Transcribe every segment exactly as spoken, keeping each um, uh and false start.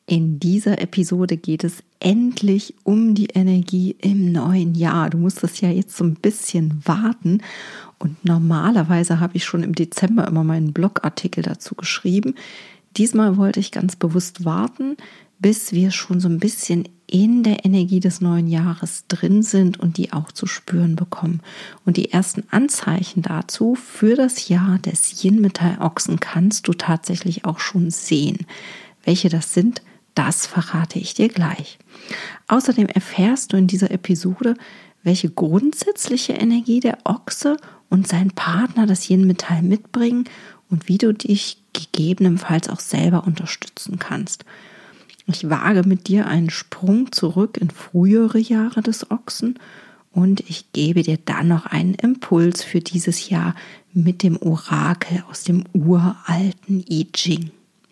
In dieser Episode geht es endlich um die Energie im neuen Jahr. Du musstest ja jetzt so ein bisschen warten und normalerweise habe ich schon im Dezember immer meinen Blogartikel dazu geschrieben. Diesmal wollte ich ganz bewusst warten, bis wir schon so ein bisschen in der Energie des neuen Jahres drin sind und die auch zu spüren bekommen. Und die ersten Anzeichen dazu für das Jahr des Yin-Metall-Ochsen kannst du tatsächlich auch schon sehen. Welche das sind, das verrate ich dir gleich. Außerdem erfährst du in dieser Episode, welche grundsätzliche Energie der Ochse und sein Partner das Yin-Metall mitbringen und wie du dich gegebenenfalls auch selber unterstützen kannst. Ich wage mit dir einen Sprung zurück in frühere Jahre des Ochsen und ich gebe dir dann noch einen Impuls für dieses Jahr mit dem Orakel aus dem uralten I Ching.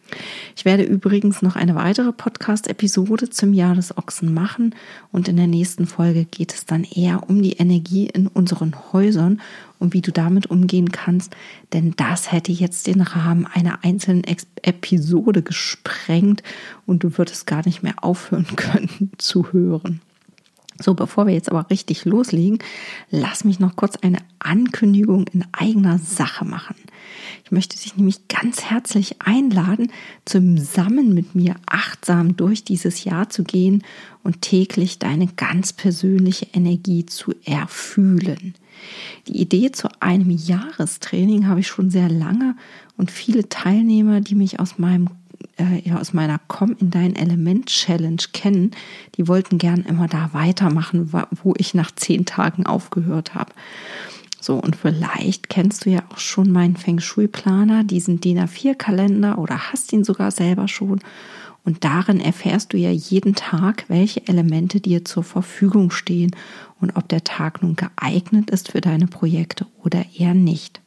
Ich werde übrigens noch eine weitere Podcast-Episode zum Jahr des Ochsen machen und in der nächsten Folge geht es dann eher um die Energie in unseren Häusern und wie du damit umgehen kannst, denn das hätte jetzt den Rahmen einer einzelnen Episode gesprengt und du würdest gar nicht mehr aufhören können zu hören. So, bevor wir jetzt aber richtig loslegen, lass mich noch kurz eine Ankündigung in eigener Sache machen. Ich möchte dich nämlich ganz herzlich einladen, zusammen mit mir achtsam durch dieses Jahr zu gehen und täglich deine ganz persönliche Energie zu erfühlen. Die Idee zu einem Jahrestraining habe ich schon sehr lange und viele Teilnehmer, die mich aus meinem Ja, aus meiner Komm in dein Element Challenge kennen, die wollten gern immer da weitermachen, wo ich nach zehn Tagen aufgehört habe. So, und vielleicht kennst du ja auch schon meinen Feng Shui Planer, diesen D I N A vier Kalender oder hast ihn sogar selber schon. Und darin erfährst du ja jeden Tag, welche Elemente dir zur Verfügung stehen und ob der Tag nun geeignet ist für deine Projekte oder eher nicht.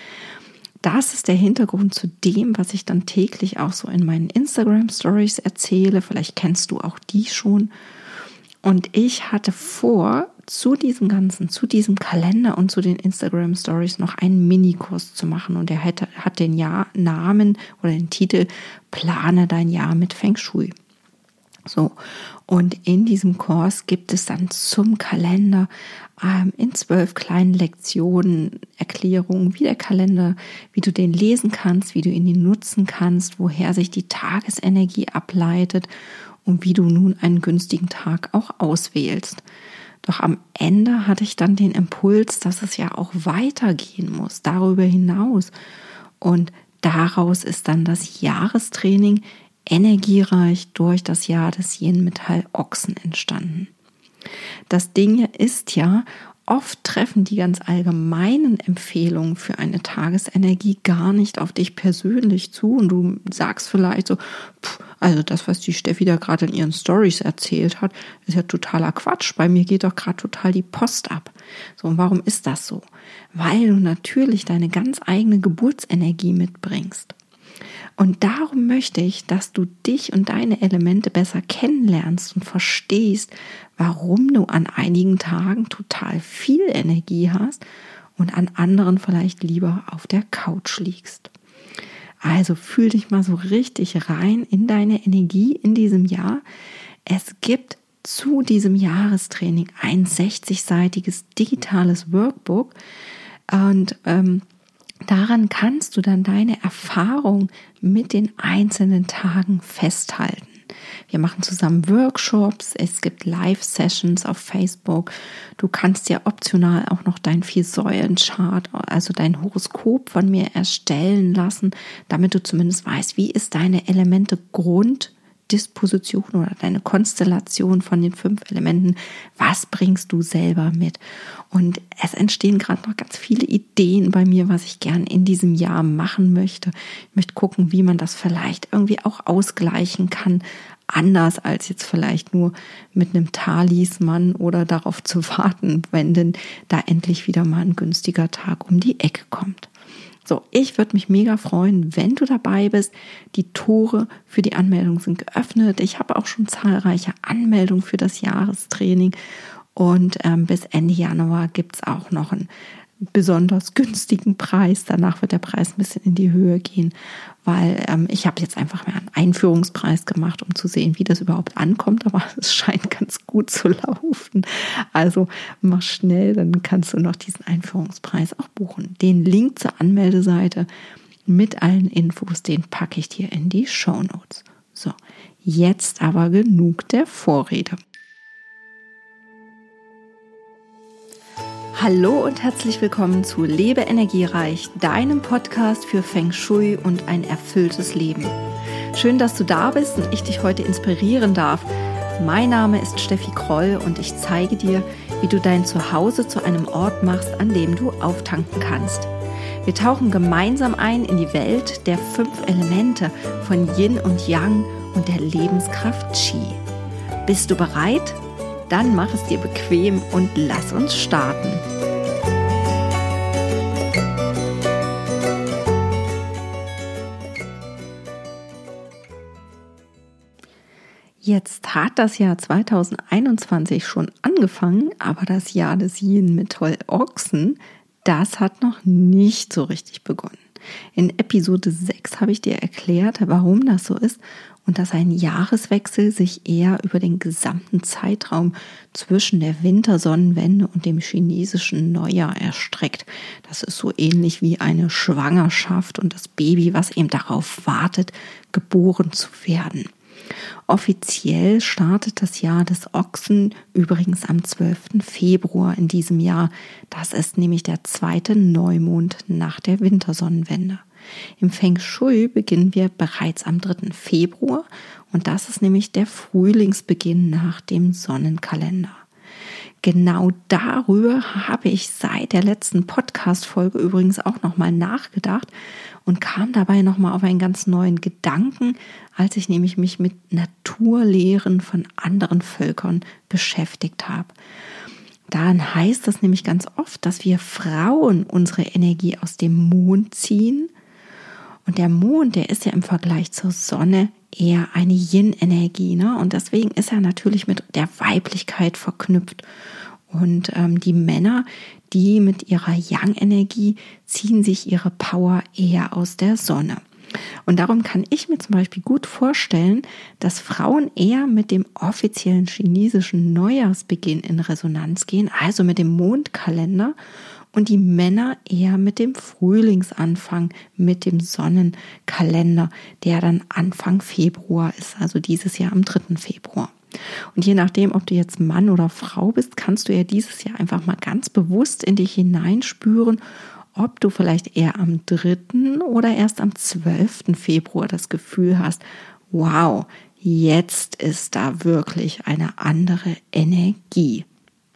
Das ist der Hintergrund zu dem, was ich dann täglich auch so in meinen Instagram-Stories erzähle. Vielleicht kennst du auch die schon. Und ich hatte vor, zu diesem Ganzen, zu diesem Kalender und zu den Instagram-Stories noch einen Minikurs zu machen. Und der hat, hat den Jahr Namen oder den Titel Plane dein Jahr mit Feng Shui. So, und in diesem Kurs gibt es dann zum Kalender ähm, in zwölf kleinen Lektionen Erklärungen, wie der Kalender, wie du den lesen kannst, wie du ihn nutzen kannst, woher sich die Tagesenergie ableitet und wie du nun einen günstigen Tag auch auswählst. Doch am Ende hatte ich dann den Impuls, dass es ja auch weitergehen muss, darüber hinaus. Und daraus ist dann das Jahrestraining energiereich durch das Jahr des Yin-Metall-Ochsen entstanden. Das Ding ist ja, oft treffen die ganz allgemeinen Empfehlungen für eine Tagesenergie gar nicht auf dich persönlich zu und du sagst vielleicht so, pff, also das, was die Steffi da gerade in ihren Stories erzählt hat, ist ja totaler Quatsch. Bei mir geht doch gerade total die Post ab. So, und warum ist das so? Weil du natürlich deine ganz eigene Geburtsenergie mitbringst. Und darum möchte ich, dass du dich und deine Elemente besser kennenlernst und verstehst, warum du an einigen Tagen total viel Energie hast und an anderen vielleicht lieber auf der Couch liegst. Also fühl dich mal so richtig rein in deine Energie in diesem Jahr. Es gibt zu diesem Jahrestraining ein sechzigseitiges digitales Workbook und ähm, daran kannst du dann deine Erfahrung mit den einzelnen Tagen festhalten. Wir machen zusammen Workshops, es gibt Live-Sessions auf Facebook. Du kannst ja optional auch noch dein Vier-Säulen-Chart, also dein Horoskop von mir erstellen lassen, damit du zumindest weißt, wie ist deine Elemente-Grund Disposition oder deine Konstellation von den fünf Elementen, was bringst du selber mit? Und es entstehen gerade noch ganz viele Ideen bei mir, was ich gern in diesem Jahr machen möchte. Ich möchte gucken, wie man das vielleicht irgendwie auch ausgleichen kann, anders als jetzt vielleicht nur mit einem Talisman oder darauf zu warten, wenn denn da endlich wieder mal ein günstiger Tag um die Ecke kommt. So, ich würde mich mega freuen, wenn du dabei bist. Die Tore für die Anmeldung sind geöffnet. Ich habe auch schon zahlreiche Anmeldungen für das Jahrestraining und ähm, bis Ende Januar gibt es auch noch ein besonders günstigen Preis. Danach wird der Preis ein bisschen in die Höhe gehen, weil ähm, ich habe jetzt einfach mal einen Einführungspreis gemacht, um zu sehen, wie das überhaupt ankommt. Aber es scheint ganz gut zu laufen. Also mach schnell, dann kannst du noch diesen Einführungspreis auch buchen. Den Link zur Anmeldeseite mit allen Infos, den packe ich dir in die Shownotes. So, jetzt aber genug der Vorrede. Hallo und herzlich willkommen zu Lebe energiereich, deinem Podcast für Feng Shui und ein erfülltes Leben. Schön, dass du da bist und ich dich heute inspirieren darf. Mein Name ist Steffi Kroll und ich zeige dir, wie du dein Zuhause zu einem Ort machst, an dem du auftanken kannst. Wir tauchen gemeinsam ein in die Welt der fünf Elemente von Yin und Yang und der Lebenskraft Qi. Bist du bereit? Dann mach es dir bequem und lass uns starten. Jetzt hat das Jahr zwanzig einundzwanzig schon angefangen, aber das Jahr des Yin mit Ochsen, das hat noch nicht so richtig begonnen. In Episode sechs habe ich dir erklärt, warum das so ist und dass ein Jahreswechsel sich eher über den gesamten Zeitraum zwischen der Wintersonnenwende und dem chinesischen Neujahr erstreckt. Das ist so ähnlich wie eine Schwangerschaft und das Baby, was eben darauf wartet, geboren zu werden. Offiziell startet das Jahr des Ochsen übrigens am zwölften Februar in diesem Jahr. Das ist nämlich der zweite Neumond nach der Wintersonnenwende. Im Feng Shui beginnen wir bereits am dritten Februar und das ist nämlich der Frühlingsbeginn nach dem Sonnenkalender. Genau darüber habe ich seit der letzten Podcast-Folge übrigens auch nochmal nachgedacht und kam dabei nochmal auf einen ganz neuen Gedanken, als ich nämlich mich mit Naturlehren von anderen Völkern beschäftigt habe. Dann heißt es nämlich ganz oft, dass wir Frauen unsere Energie aus dem Mond ziehen. Und der Mond, der ist ja im Vergleich zur Sonne eher eine Yin-Energie, ne? Und deswegen ist er natürlich mit der Weiblichkeit verknüpft. Und ähm, die Männer, die mit ihrer Yang-Energie ziehen sich ihre Power eher aus der Sonne. Und darum kann ich mir zum Beispiel gut vorstellen, dass Frauen eher mit dem offiziellen chinesischen Neujahrsbeginn in Resonanz gehen, also mit dem Mondkalender, und die Männer eher mit dem Frühlingsanfang, mit dem Sonnenkalender, der dann Anfang Februar ist, also dieses Jahr am dritten Februar. Und je nachdem, ob du jetzt Mann oder Frau bist, kannst du ja dieses Jahr einfach mal ganz bewusst in dich hineinspüren, ob du vielleicht eher am dritten oder erst am zwölften Februar das Gefühl hast, wow, jetzt ist da wirklich eine andere Energie.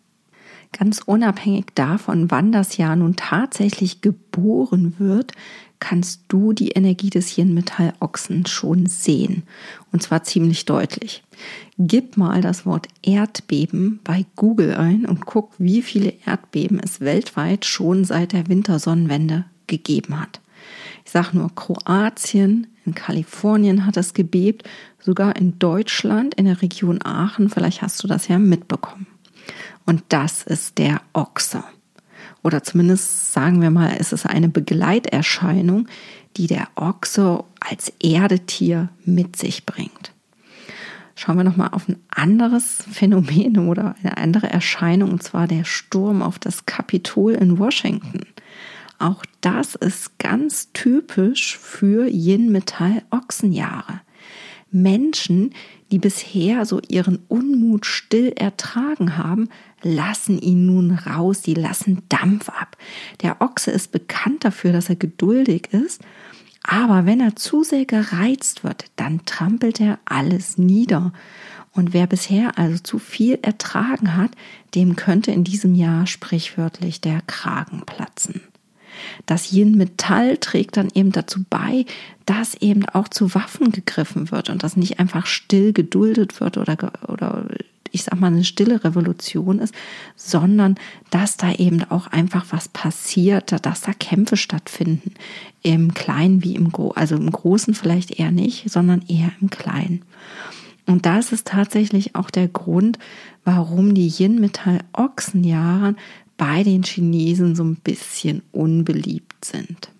Ganz unabhängig davon, wann das Jahr nun tatsächlich geboren wird, kannst du die Energie des Yin-Metall-Ochsen schon sehen. Und zwar ziemlich deutlich. Gib mal das Wort Erdbeben bei Google ein und guck, wie viele Erdbeben es weltweit schon seit der Wintersonnenwende gegeben hat. Ich sage nur Kroatien, in Kalifornien hat es gebebt, sogar in Deutschland, in der Region Aachen, vielleicht hast du das ja mitbekommen. Und das ist der Ochse. Oder zumindest sagen wir mal, es ist eine Begleiterscheinung, die der Ochse als Erdetier mit sich bringt. Schauen wir nochmal auf ein anderes Phänomen oder eine andere Erscheinung, und zwar der Sturm auf das Kapitol in Washington. Auch das ist ganz typisch für Yin-Metall-Ochsenjahre. Menschen, die bisher so ihren Unmut still ertragen haben, lassen ihn nun raus, die lassen Dampf ab. Der Ochse ist bekannt dafür, dass er geduldig ist, aber wenn er zu sehr gereizt wird, dann trampelt er alles nieder. Und wer bisher also zu viel ertragen hat, dem könnte in diesem Jahr sprichwörtlich der Kragen platzen. Das Yin-Metall trägt dann eben dazu bei, dass eben auch zu Waffen gegriffen wird und dass nicht einfach still geduldet wird oder, oder ich sag mal eine stille Revolution ist, sondern dass da eben auch einfach was passiert, dass da Kämpfe stattfinden, im Kleinen wie im Großen, also im Großen vielleicht eher nicht, sondern eher im Kleinen. Und das ist tatsächlich auch der Grund, warum die Yin-Metall-Ochsenjahre bei den Chinesen so ein bisschen unbeliebt sind.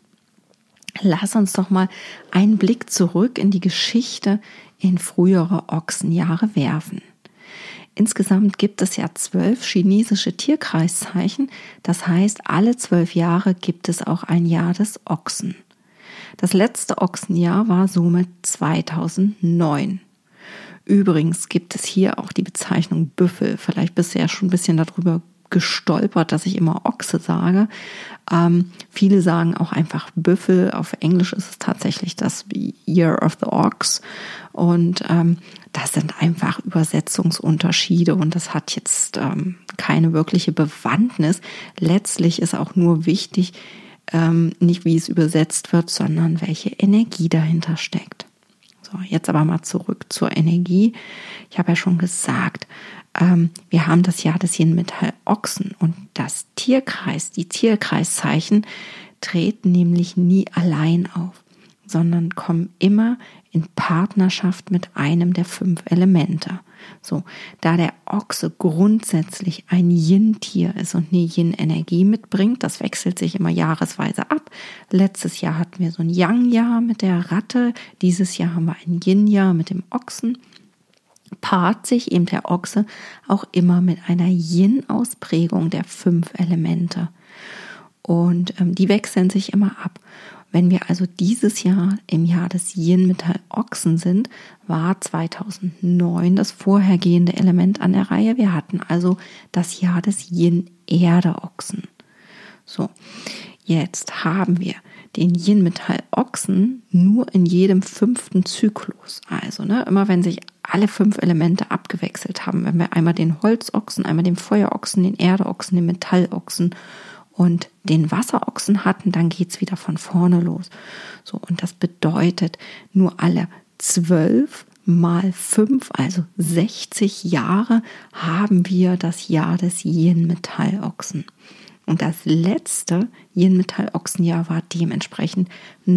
Lass uns doch mal einen Blick zurück in die Geschichte in frühere Ochsenjahre werfen. Insgesamt gibt es ja zwölf chinesische Tierkreiszeichen, das heißt, alle zwölf Jahre gibt es auch ein Jahr des Ochsen. Das letzte Ochsenjahr war somit zweitausendneun. Übrigens gibt es hier auch die Bezeichnung Büffel. Vielleicht bist du ja schon ein bisschen darüber gestolpert, dass ich immer Ochse sage. Ähm, viele sagen auch einfach Büffel. Auf Englisch ist es tatsächlich das Year of the Ox. Und ähm, das sind einfach Übersetzungsunterschiede und das hat jetzt ähm, keine wirkliche Bewandtnis. Letztlich ist auch nur wichtig, ähm, nicht wie es übersetzt wird, sondern welche Energie dahinter steckt. So, jetzt aber mal zurück zur Energie. Ich habe ja schon gesagt, ähm, wir haben das Jahr des Yin-Metall Ochsen und das Tierkreis, die Tierkreiszeichen treten nämlich nie allein auf, sondern kommen immer in Partnerschaft mit einem der fünf Elemente. So, da der Ochse grundsätzlich ein Yin-Tier ist und eine Yin-Energie mitbringt, das wechselt sich immer jahresweise ab. Letztes Jahr hatten wir so ein Yang-Jahr mit der Ratte, dieses Jahr haben wir ein Yin-Jahr mit dem Ochsen. Paart sich eben der Ochse auch immer mit einer Yin-Ausprägung der fünf Elemente. Und ähm, die wechseln sich immer ab. Wenn wir also dieses Jahr im Jahr des Yin-Metall Ochsen sind, war zweitausendneun das vorhergehende Element an der Reihe. Wir hatten also das Jahr des Yin-Erde Ochsen. So, jetzt haben wir den Yin-Metall Ochsen nur in jedem fünften Zyklus. Also ne, immer wenn sich alle fünf Elemente abgewechselt haben, wenn wir einmal den Holzochsen, einmal den Feuerochsen, den Erdeochsen, den Metallochsen und den Wasserochsen hatten, dann geht's wieder von vorne los. So, und das bedeutet, nur alle zwölf mal fünf, also sechzig Jahre, haben wir das Jahr des Yin-Metall-Ochsen. Und das letzte Yin-Metall-Ochsenjahr war dementsprechend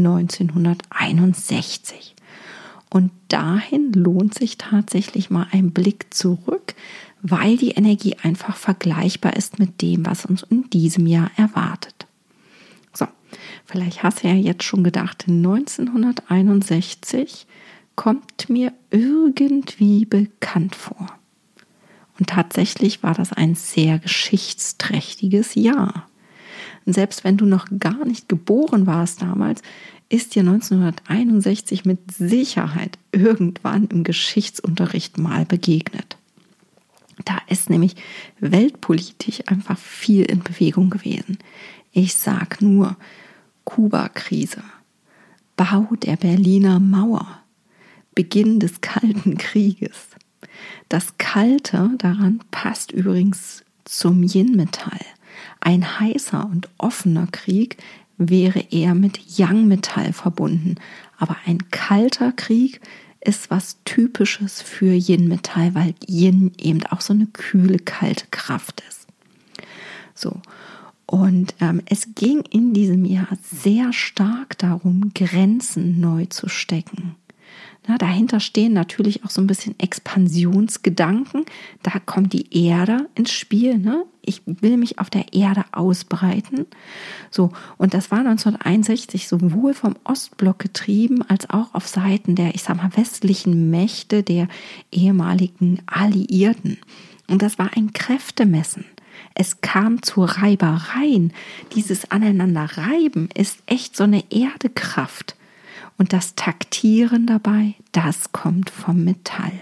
neunzehnhunderteinundsechzig. Und dahin lohnt sich tatsächlich mal ein Blick zurück, weil die Energie einfach vergleichbar ist mit dem, was uns in diesem Jahr erwartet. So, vielleicht hast du ja jetzt schon gedacht, neunzehnhunderteinundsechzig kommt mir irgendwie bekannt vor. Und tatsächlich war das ein sehr geschichtsträchtiges Jahr. Und selbst wenn du noch gar nicht geboren warst damals, ist dir neunzehnhunderteinundsechzig mit Sicherheit irgendwann im Geschichtsunterricht mal begegnet. Da ist nämlich weltpolitisch einfach viel in Bewegung gewesen. Ich sag nur Kuba-Krise, Bau der Berliner Mauer, Beginn des Kalten Krieges. Das Kalte daran passt übrigens zum Yin-Metall. Ein heißer und offener Krieg wäre eher mit Yang-Metall verbunden, aber ein kalter Krieg ist was Typisches für Yin-Metall, weil Yin eben auch so eine kühle, kalte Kraft ist. So, und ähm, es ging in diesem Jahr sehr stark darum, Grenzen neu zu stecken. Na, dahinter stehen natürlich auch so ein bisschen Expansionsgedanken. Da kommt die Erde ins Spiel. Ne? Ich will mich auf der Erde ausbreiten. So, und das war neunzehnhunderteinundsechzig sowohl vom Ostblock getrieben, als auch auf Seiten der, ich sag mal, westlichen Mächte, der ehemaligen Alliierten. Und das war ein Kräftemessen. Es kam zu Reibereien. Dieses Aneinanderreiben ist echt so eine Erdekraft. Und das Taktieren dabei, das kommt vom Metall.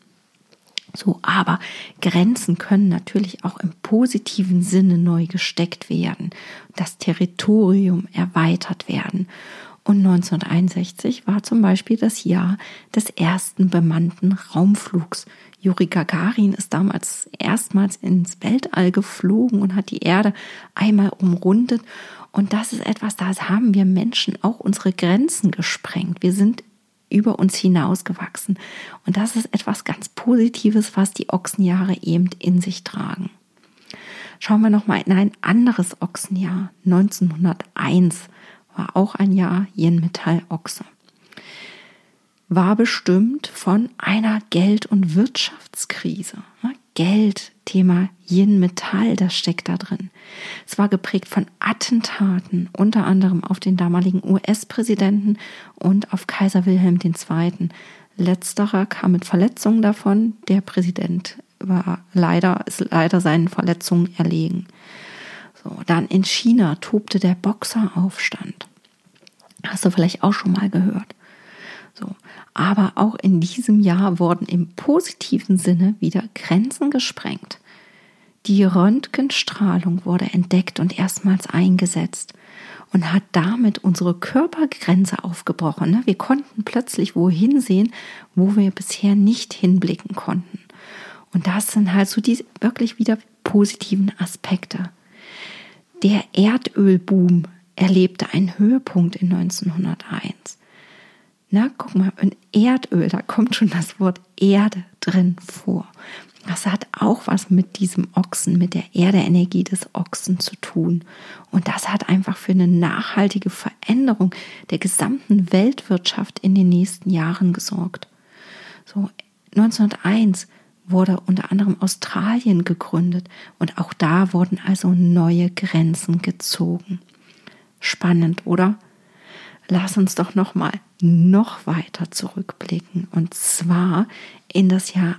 So, aber Grenzen können natürlich auch im positiven Sinne neu gesteckt werden, das Territorium erweitert werden. Und neunzehnhunderteinundsechzig war zum Beispiel das Jahr des ersten bemannten Raumflugs. Juri Gagarin ist damals erstmals ins Weltall geflogen und hat die Erde einmal umrundet. Und das ist etwas, da haben wir Menschen auch unsere Grenzen gesprengt. Wir sind über uns hinausgewachsen. Und das ist etwas ganz Positives, was die Ochsenjahre eben in sich tragen. Schauen wir nochmal in ein anderes Ochsenjahr. neunzehnhunderteins war auch ein Jahr Yin-Metall-Ochse. War bestimmt von einer Geld- und Wirtschaftskrise. Geld, Thema Yin Metall, das steckt da drin. Es war geprägt von Attentaten, unter anderem auf den damaligen U S-Präsidenten und auf Kaiser Wilhelm der Zweite. Letzterer kam mit Verletzungen davon. Der Präsident war leider, ist leider seinen Verletzungen erlegen. So, dann in China tobte der Boxeraufstand. Hast du vielleicht auch schon mal gehört. So, aber auch in diesem Jahr wurden im positiven Sinne wieder Grenzen gesprengt. Die Röntgenstrahlung wurde entdeckt und erstmals eingesetzt und hat damit unsere Körpergrenze aufgebrochen. Wir konnten plötzlich wohin sehen, wo wir bisher nicht hinblicken konnten. Und das sind halt so die wirklich wieder positiven Aspekte. Der Erdölboom erlebte einen Höhepunkt in neunzehnhunderteins. Na, guck mal, in Erdöl, da kommt schon das Wort Erde drin vor. Das hat auch was mit diesem Ochsen, mit der Erdeenergie des Ochsen zu tun. Und das hat einfach für eine nachhaltige Veränderung der gesamten Weltwirtschaft in den nächsten Jahren gesorgt. So, neunzehnhunderteins wurde unter anderem Australien gegründet und auch da wurden also neue Grenzen gezogen. Spannend, oder? Lass uns doch noch mal noch weiter zurückblicken und zwar in das Jahr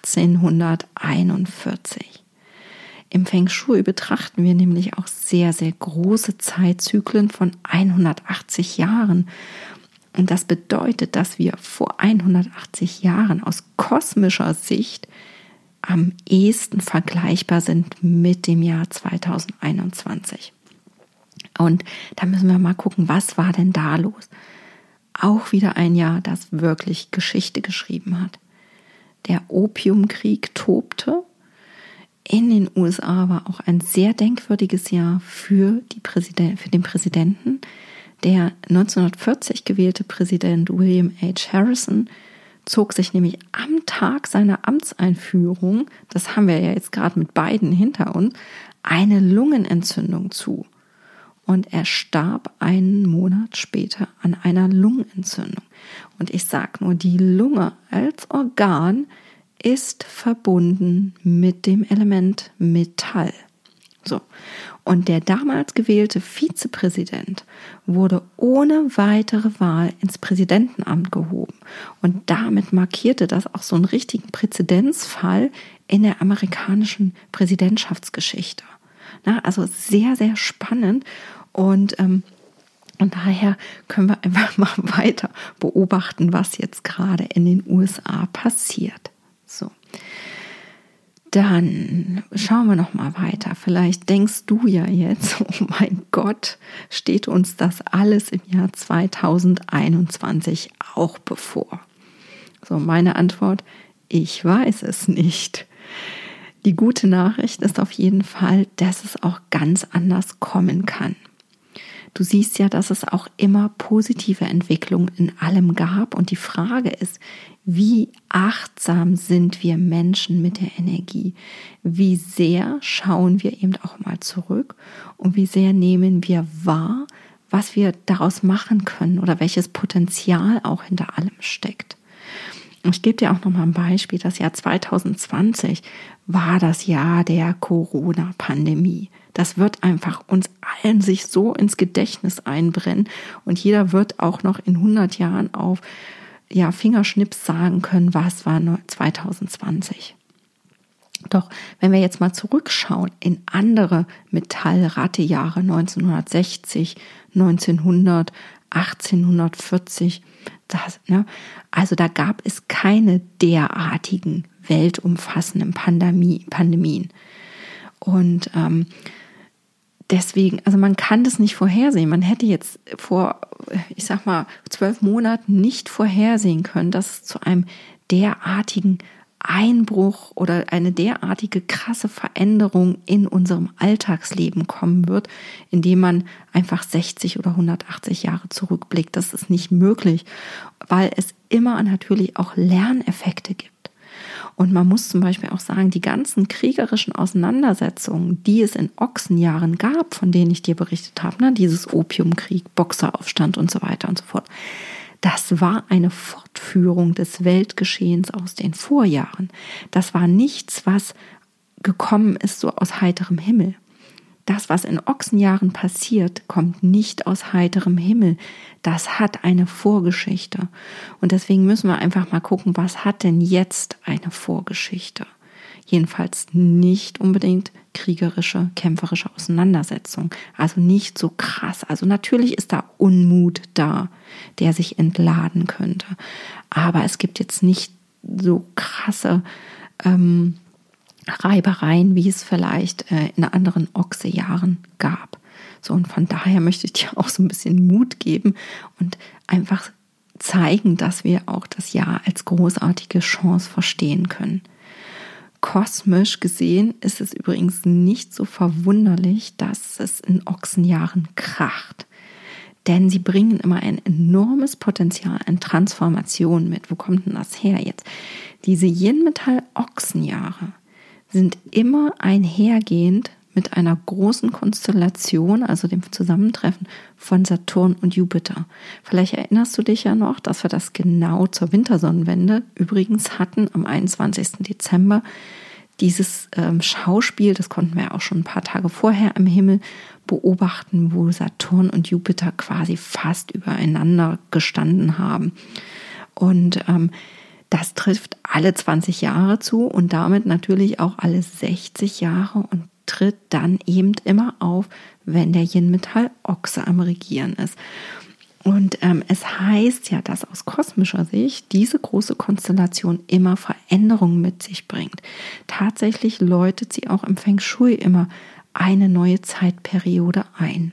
achtzehnhunderteinundvierzig. Im Feng Shui betrachten wir nämlich auch sehr, sehr große Zeitzyklen von hundertachtzig Jahren. Und das bedeutet, dass wir vor hundertachtzig Jahren aus kosmischer Sicht am ehesten vergleichbar sind mit dem Jahr zweitausendeinundzwanzig. Und da müssen wir mal gucken, was war denn da los? Auch wieder ein Jahr, das wirklich Geschichte geschrieben hat. Der Opiumkrieg tobte. In den U S A war auch ein sehr denkwürdiges Jahr für, die Präsident, für den Präsidenten. Der neunzehnhundertvierzig gewählte Präsident William H. Harrison zog sich nämlich am Tag seiner Amtseinführung, das haben wir ja jetzt gerade mit beiden hinter uns, eine Lungenentzündung zu. Und er starb einen Monat später an einer Lungenentzündung. Und ich sage nur, die Lunge als Organ ist verbunden mit dem Element Metall. So. Und der damals gewählte Vizepräsident wurde ohne weitere Wahl ins Präsidentenamt gehoben. Und damit markierte das auch so einen richtigen Präzedenzfall in der amerikanischen Präsidentschaftsgeschichte. Na, also sehr, sehr spannend. Und, ähm, und daher können wir einfach mal weiter beobachten, was jetzt gerade in den U S A passiert. So. Dann schauen wir noch mal weiter. Vielleicht denkst du ja jetzt, oh mein Gott, steht uns das alles im Jahr zweitausendeinundzwanzig auch bevor? So, meine Antwort, ich weiß es nicht. Die gute Nachricht ist auf jeden Fall, dass es auch ganz anders kommen kann. Du siehst ja, dass es auch immer positive Entwicklungen in allem gab. Und die Frage ist, wie achtsam sind wir Menschen mit der Energie? Wie sehr schauen wir eben auch mal zurück? Und wie sehr nehmen wir wahr, was wir daraus machen können oder welches Potenzial auch hinter allem steckt? Und ich gebe dir auch noch mal ein Beispiel. Das Jahr zweitausendzwanzig war das Jahr der Corona-Pandemie. Das wird einfach uns allen sich so ins Gedächtnis einbrennen und jeder wird auch noch in hundert Jahren auf ja, Fingerschnips sagen können, was war zweitausendzwanzig. Doch wenn wir jetzt mal zurückschauen in andere Metallrattejahre neunzehnhundertsechzig, neunzehnhundert, achtzehnhundertvierzig, das, ne, also da gab es keine derartigen weltumfassenden Pandemie, Pandemien. Und ähm, deswegen, also man kann das nicht vorhersehen. Man hätte jetzt vor, ich sag mal, zwölf Monaten nicht vorhersehen können, dass es zu einem derartigen Einbruch oder eine derartige krasse Veränderung in unserem Alltagsleben kommen wird, indem man einfach sechzig oder hundertachtzig Jahre zurückblickt. Das ist nicht möglich, weil es immer natürlich auch Lerneffekte gibt. Und man muss zum Beispiel auch sagen, die ganzen kriegerischen Auseinandersetzungen, die es in Ochsenjahren gab, von denen ich dir berichtet habe, ne, dieses Opiumkrieg, Boxeraufstand und so weiter und so fort, Das war eine Fortführung des Weltgeschehens aus den Vorjahren. Das war nichts, was gekommen ist so aus heiterem Himmel. Das, was in Ochsenjahren passiert, kommt nicht aus heiterem Himmel. Das hat eine Vorgeschichte. Und deswegen müssen wir einfach mal gucken, was hat denn jetzt eine Vorgeschichte? Jedenfalls nicht unbedingt kriegerische, kämpferische Auseinandersetzung. Also nicht so krass. Also natürlich ist da Unmut da, der sich entladen könnte. Aber es gibt jetzt nicht so krasse ähm, Reibereien, wie es vielleicht äh, in anderen Ochsejahren gab. So, und von daher möchte ich dir auch so ein bisschen Mut geben und einfach zeigen, dass wir auch das Jahr als großartige Chance verstehen können. Kosmisch gesehen ist es übrigens nicht so verwunderlich, dass es in Ochsenjahren kracht. Denn sie bringen immer ein enormes Potenzial an Transformation mit. Wo kommt denn das her jetzt? Diese Yin-Metall-Ochsenjahre sind immer einhergehend mit einer großen Konstellation, also dem Zusammentreffen von Saturn und Jupiter. Vielleicht erinnerst du dich ja noch, dass wir das genau zur Wintersonnenwende übrigens hatten, am einundzwanzigsten Dezember. Dieses ähm, Schauspiel, das konnten wir ja auch schon ein paar Tage vorher am Himmel beobachten, wo Saturn und Jupiter quasi fast übereinander gestanden haben. Und ähm, das trifft alle zwanzig Jahre zu und damit natürlich auch alle sechzig Jahre und tritt dann eben immer auf, wenn der Yin-Metall-Ochse am Regieren ist. Und ähm, es heißt ja, dass aus kosmischer Sicht diese große Konstellation immer Veränderungen mit sich bringt. Tatsächlich läutet sie auch im Feng Shui immer eine neue Zeitperiode ein.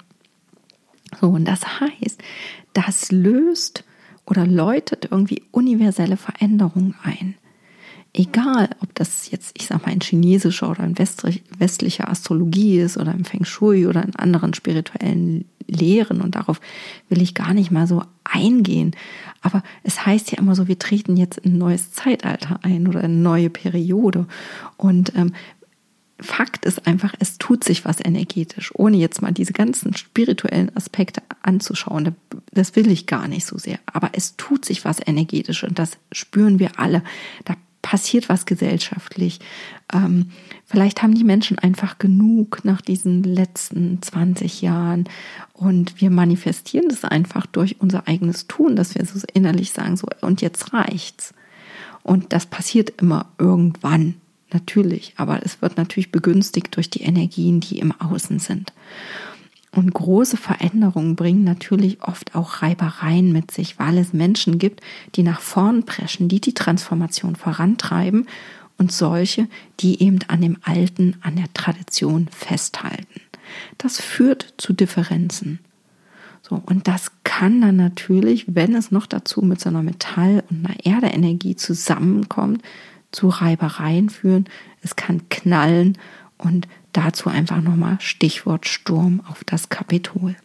So, und das heißt, das löst oder läutet irgendwie universelle Veränderungen ein. Egal, ob das jetzt, ich sag mal, in chinesischer oder in westlicher Astrologie ist oder im Feng Shui oder in anderen spirituellen Lehren, und darauf will ich gar nicht mal so eingehen. Aber es heißt ja immer so, wir treten jetzt in ein neues Zeitalter ein oder eine neue Periode. Und ähm, Fakt ist einfach, es tut sich was energetisch, ohne jetzt mal diese ganzen spirituellen Aspekte anzuschauen. Das will ich gar nicht so sehr. Aber es tut sich was energetisch und das spüren wir alle. Da passiert was gesellschaftlich. Ähm, vielleicht haben die Menschen einfach genug nach diesen letzten zwanzig Jahren und wir manifestieren das einfach durch unser eigenes Tun, dass wir so innerlich sagen, so und jetzt reicht's. Und das passiert immer irgendwann, natürlich, aber es wird natürlich begünstigt durch die Energien, die im Außen sind. Und große Veränderungen bringen natürlich oft auch Reibereien mit sich, weil es Menschen gibt, die nach vorn preschen, die die Transformation vorantreiben und solche, die eben an dem Alten, an der Tradition festhalten. Das führt zu Differenzen. So, und das kann dann natürlich, wenn es noch dazu mit so einer Metall- und einer Erde-Energie zusammenkommt, zu Reibereien führen. Es kann knallen und dazu einfach nochmal Stichwort Sturm auf das Kapitol.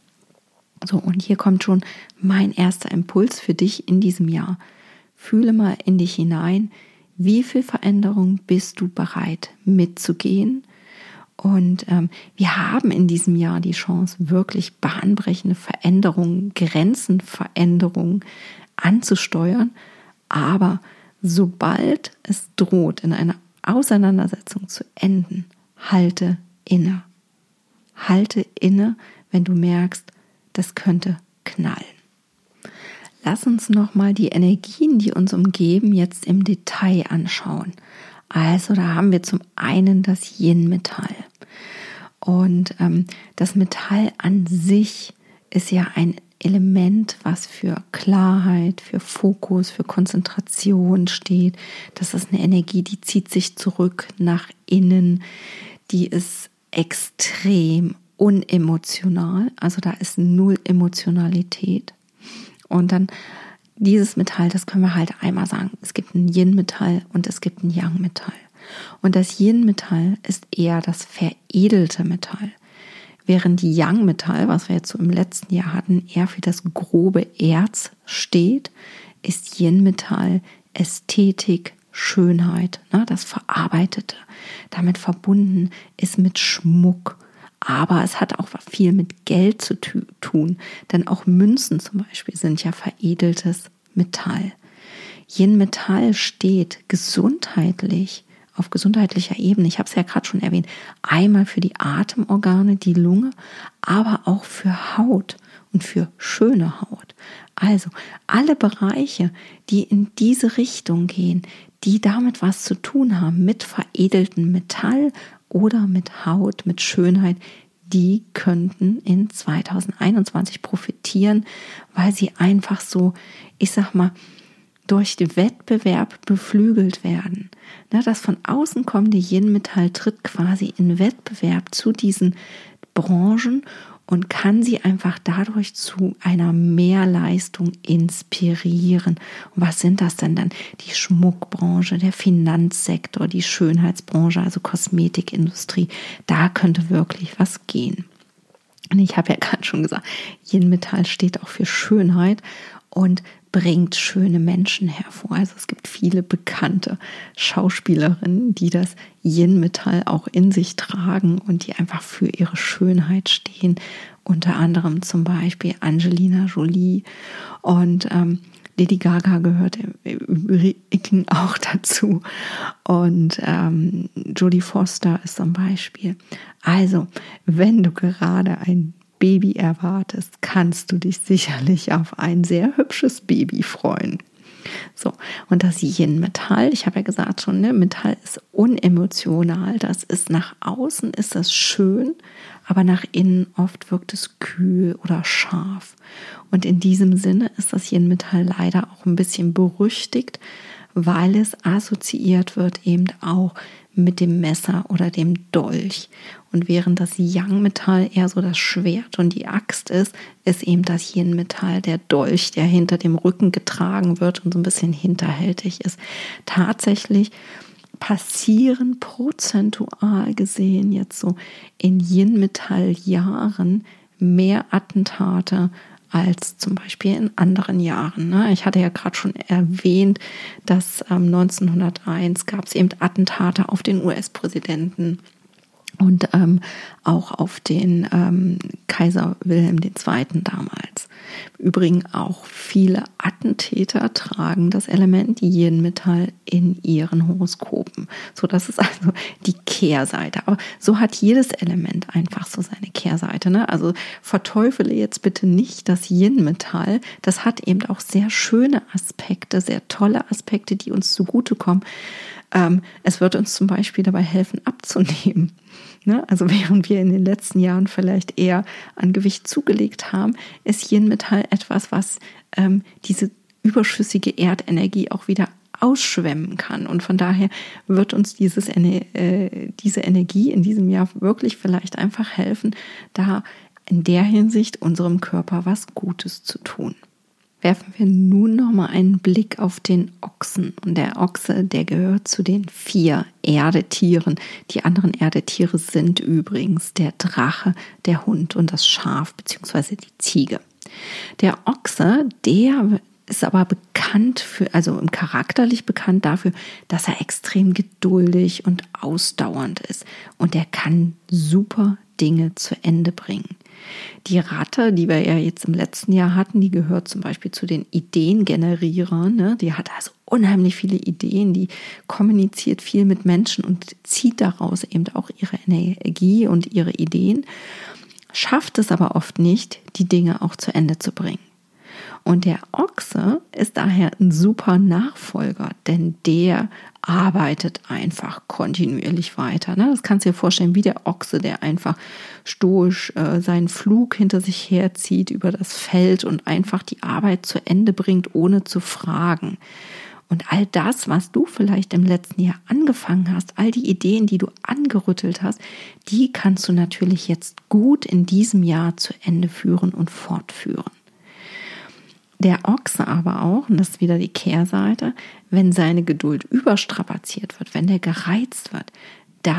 So, und hier kommt schon mein erster Impuls für dich in diesem Jahr. Fühle mal in dich hinein, wie viel Veränderung bist du bereit mitzugehen? Und ähm, wir haben in diesem Jahr die Chance, wirklich bahnbrechende Veränderungen, Grenzenveränderungen anzusteuern. Aber sobald es droht, in einer Auseinandersetzung zu enden, halte inne. Halte inne, wenn du merkst, das könnte knallen. Lass uns nochmal die Energien, die uns umgeben, jetzt im Detail anschauen. Also da haben wir zum einen das Yin-Metall. Und ähm, das Metall an sich ist ja ein Element, was für Klarheit, für Fokus, für Konzentration steht. Das ist eine Energie, die zieht sich zurück nach innen. Die ist extrem unemotional. Also da ist null Emotionalität. Und dann dieses Metall, das können wir halt einmal sagen. Es gibt ein Yin-Metall und es gibt ein Yang-Metall. Und das Yin-Metall ist eher das veredelte Metall. Während Yang-Metall, was wir jetzt so im letzten Jahr hatten, eher für das grobe Erz steht, ist Yin-Metall Ästhetik, Schönheit, ne, das Verarbeitete. Damit verbunden ist mit Schmuck, Aber es hat auch viel mit Geld zu tun, denn auch Münzen zum Beispiel sind ja veredeltes Metall. Yin-Metall steht gesundheitlich, auf gesundheitlicher Ebene, ich habe es ja gerade schon erwähnt, einmal für die Atemorgane, die Lunge, aber auch für Haut und für schöne Haut. Also alle Bereiche, die in diese Richtung gehen, die damit was zu tun haben, mit veredeltem Metall oder mit Haut, mit Schönheit, die könnten in zwanzig einundzwanzig profitieren, weil sie einfach so, ich sag mal, durch den Wettbewerb beflügelt werden. Das von außen kommende Yin-Metall tritt quasi in Wettbewerb zu diesen Branchen und kann sie einfach dadurch zu einer Mehrleistung inspirieren. Und was sind das denn dann? Die Schmuckbranche, der Finanzsektor, die Schönheitsbranche, also Kosmetikindustrie. Da könnte wirklich was gehen. Und ich habe ja gerade schon gesagt, Yin-Metall steht auch für Schönheit und bringt schöne Menschen hervor. Also es gibt viele bekannte Schauspielerinnen, die das Yin-Metall auch in sich tragen und die einfach für ihre Schönheit stehen. Unter anderem zum Beispiel Angelina Jolie und ähm, Lady Gaga gehört im Übrigen auch dazu und ähm, Jodie Foster ist zum Beispiel. Also, wenn du gerade ein Baby erwartest, kannst du dich sicherlich auf ein sehr hübsches Baby freuen. So, und das Yin-Metall, ich habe ja gesagt schon, ne, Metall ist unemotional, das ist nach außen ist das schön, aber nach innen oft wirkt es kühl oder scharf. Und in diesem Sinne ist das Yin-Metall leider auch ein bisschen berüchtigt, weil es assoziiert wird eben auch mit dem Messer oder dem Dolch. Und während das Yang-Metall eher so das Schwert und die Axt ist, ist eben das Yin-Metall der Dolch, der hinter dem Rücken getragen wird und so ein bisschen hinterhältig ist. Tatsächlich passieren prozentual gesehen jetzt so in Yin-Metall-Jahren mehr Attentate als zum Beispiel in anderen Jahren. Ich hatte ja gerade schon erwähnt, dass neunzehnhunderteins gab es eben Attentate auf den U S-Präsidenten und ähm, auch auf den ähm, Kaiser Wilhelm der Zweite. damals. Im Übrigen auch viele Attentäter tragen das Element Yin-Metall in ihren Horoskopen. So, das ist also die Kehrseite. Aber so hat jedes Element einfach so seine Kehrseite. Ne? Also verteufele jetzt bitte nicht das Yin-Metall. Das hat eben auch sehr schöne Aspekte, sehr tolle Aspekte, die uns zugutekommen. Ähm, es wird uns zum Beispiel dabei helfen, abzunehmen. Ne? Also während wir in den letzten Jahren vielleicht eher an Gewicht zugelegt haben, ist Yin-Metall etwas, was ähm, diese überschüssige Erdenergie auch wieder ausschwemmen kann. Und von daher wird uns dieses, äh, diese Energie in diesem Jahr wirklich vielleicht einfach helfen, da in der Hinsicht unserem Körper was Gutes zu tun. Werfen wir nun noch mal einen Blick auf den Ochsen. Und der Ochse, der gehört zu den vier Erdetieren. Die anderen Erdetiere sind übrigens der Drache, der Hund und das Schaf bzw. die Ziege. Der Ochse, der ist aber bekannt für, also charakterlich bekannt dafür, dass er extrem geduldig und ausdauernd ist. Und er kann super Dinge zu Ende bringen. Die Ratte, die wir ja jetzt im letzten Jahr hatten, die gehört zum Beispiel zu den Ideengenerierern. Ne? Die hat also unheimlich viele Ideen, die kommuniziert viel mit Menschen und zieht daraus eben auch ihre Energie und ihre Ideen, schafft es aber oft nicht, die Dinge auch zu Ende zu bringen. Und der Ochse ist daher ein super Nachfolger, denn der arbeitet einfach kontinuierlich weiter. Das kannst du dir vorstellen, wie der Ochse, der einfach stoisch äh, seinen Flug hinter sich herzieht über das Feld und einfach die Arbeit zu Ende bringt, ohne zu fragen. Und all das, was du vielleicht im letzten Jahr angefangen hast, all die Ideen, die du angerüttelt hast, die kannst du natürlich jetzt gut in diesem Jahr zu Ende führen und fortführen. Der Ochse aber auch, und das ist wieder die Kehrseite, wenn seine Geduld überstrapaziert wird, wenn der gereizt wird, dann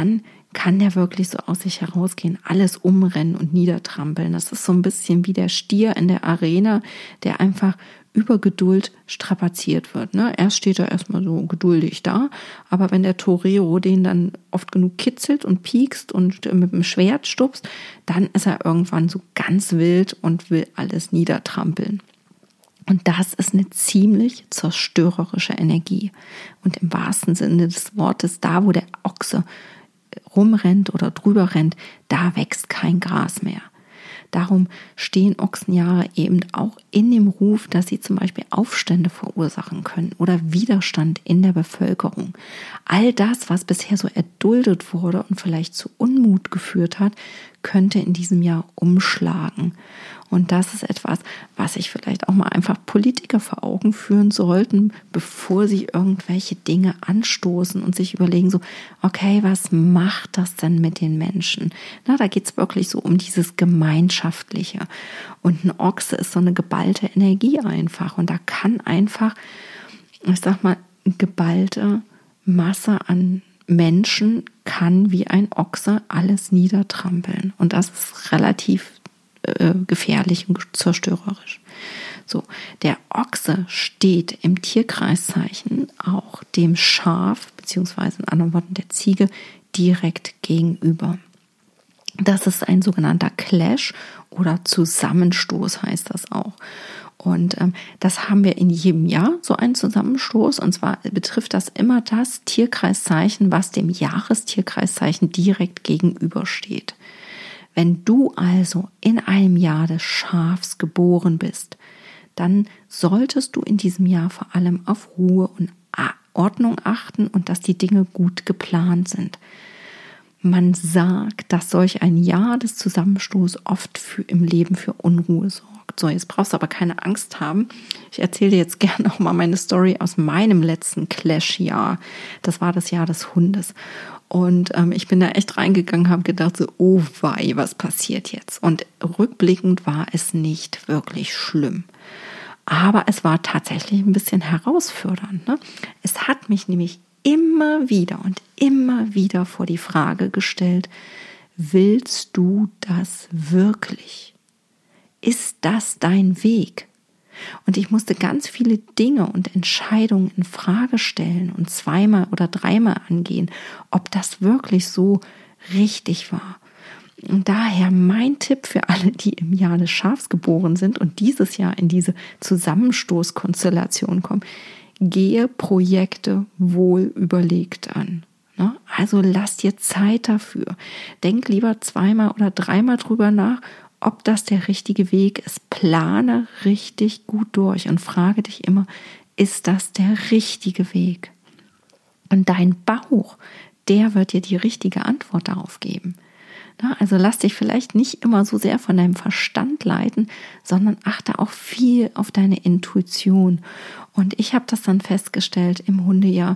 kann der wirklich so aus sich herausgehen, alles umrennen und niedertrampeln. Das ist so ein bisschen wie der Stier in der Arena, der einfach über Geduld strapaziert wird. Ne? Erst steht er erstmal so geduldig da, aber wenn der Torero den dann oft genug kitzelt und piekst und mit dem Schwert stupst, dann ist er irgendwann so ganz wild und will alles niedertrampeln. Und das ist eine ziemlich zerstörerische Energie. Und im wahrsten Sinne des Wortes, da wo der Ochse rumrennt oder drüber rennt, da wächst kein Gras mehr. Darum stehen Ochsenjahre eben auch in dem Ruf, dass sie zum Beispiel Aufstände verursachen können oder Widerstand in der Bevölkerung. All das, was bisher so erduldet wurde und vielleicht zu Unmut geführt hat, könnte in diesem Jahr umschlagen. Und das ist etwas, was sich vielleicht auch mal einfach Politiker vor Augen führen sollten, bevor sie irgendwelche Dinge anstoßen und sich überlegen so, okay, was macht das denn mit den Menschen? Na, da geht's wirklich so um dieses Gemeinschaftliche. Und ein Ochse ist so eine geballte Energie einfach. Und da kann einfach, ich sag mal, geballte Masse an Menschen kann wie ein Ochse alles niedertrampeln. Und das ist relativ äh, gefährlich und zerstörerisch. So, der Ochse steht im Tierkreiszeichen auch dem Schaf, beziehungsweise in anderen Worten der Ziege, direkt gegenüber. Das ist ein sogenannter Clash oder Zusammenstoß heißt das auch. Und ähm, das haben wir in jedem Jahr, so einen Zusammenstoß. Und zwar betrifft das immer das Tierkreiszeichen, was dem Jahrestierkreiszeichen direkt gegenübersteht. Wenn du also in einem Jahr des Schafs geboren bist, dann solltest du in diesem Jahr vor allem auf Ruhe und Ordnung achten und dass die Dinge gut geplant sind. Man sagt, dass solch ein Jahr des Zusammenstoßes oft für, im Leben für Unruhe sorgt. So, jetzt brauchst du aber keine Angst haben. Ich erzähle dir jetzt gerne auch mal meine Story aus meinem letzten Clash-Jahr. Das war das Jahr des Hundes. Und ähm, ich bin da echt reingegangen, habe gedacht so, oh wei, was passiert jetzt? Und rückblickend war es nicht wirklich schlimm. Aber es war tatsächlich ein bisschen herausfordernd. Ne? Es hat mich nämlich immer wieder und immer wieder vor die Frage gestellt, willst du das wirklich? Ist das dein Weg? Und ich musste ganz viele Dinge und Entscheidungen in Frage stellen und zweimal oder dreimal angehen, ob das wirklich so richtig war. Und daher mein Tipp für alle, die im Jahr des Schafs geboren sind und dieses Jahr in diese Zusammenstoßkonstellation kommen, gehe Projekte wohl überlegt an. Also lass dir Zeit dafür. Denk lieber zweimal oder dreimal drüber nach, ob das der richtige Weg ist. Plane richtig gut durch und frage dich immer, ist das der richtige Weg? Und dein Bauch, der wird dir die richtige Antwort darauf geben. Also lass dich vielleicht nicht immer so sehr von deinem Verstand leiten, sondern achte auch viel auf deine Intuition. Und ich habe das dann festgestellt im Hundejahr,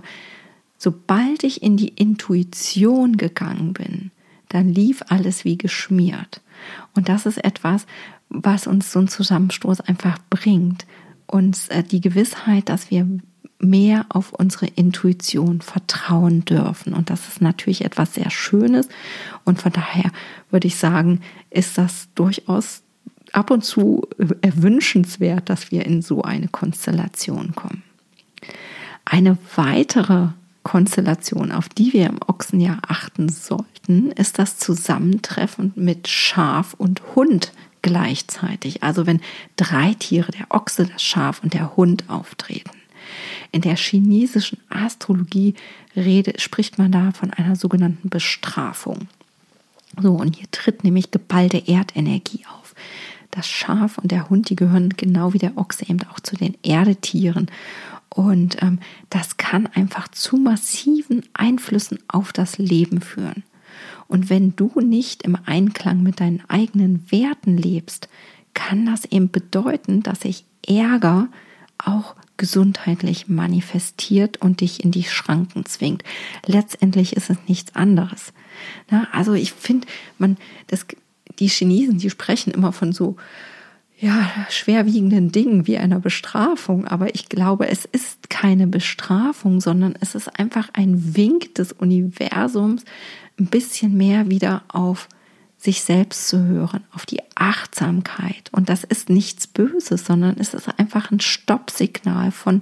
sobald ich in die Intuition gegangen bin, dann lief alles wie geschmiert. Und das ist etwas, was uns so ein Zusammenstoß einfach bringt. Uns die Gewissheit, dass wir mehr auf unsere Intuition vertrauen dürfen. Und das ist natürlich etwas sehr Schönes. Und von daher würde ich sagen, ist das durchaus ab und zu erwünschenswert, dass wir in so eine Konstellation kommen. Eine weitere Konstellation, auf die wir im Ochsenjahr achten sollten, ist das Zusammentreffen mit Schaf und Hund gleichzeitig. Also wenn drei Tiere, der Ochse, das Schaf und der Hund auftreten. In der chinesischen Astrologie rede, spricht man da von einer sogenannten Bestrafung. So, und hier tritt nämlich geballte Erdenergie auf. Das Schaf und der Hund, die gehören genau wie der Ochse eben auch zu den Erdetieren. Und ähm, das kann einfach zu massiven Einflüssen auf das Leben führen. Und wenn du nicht im Einklang mit deinen eigenen Werten lebst, kann das eben bedeuten, dass sich Ärger auch gesundheitlich manifestiert und dich in die Schranken zwingt. Letztendlich ist es nichts anderes. Na, also ich finde, man, das, die Chinesen, die sprechen immer von so, ja, schwerwiegenden Dingen wie einer Bestrafung. Aber ich glaube, es ist keine Bestrafung, sondern es ist einfach ein Wink des Universums, ein bisschen mehr wieder auf sich selbst zu hören, auf die Achtsamkeit. Und das ist nichts Böses, sondern es ist einfach ein Stoppsignal von,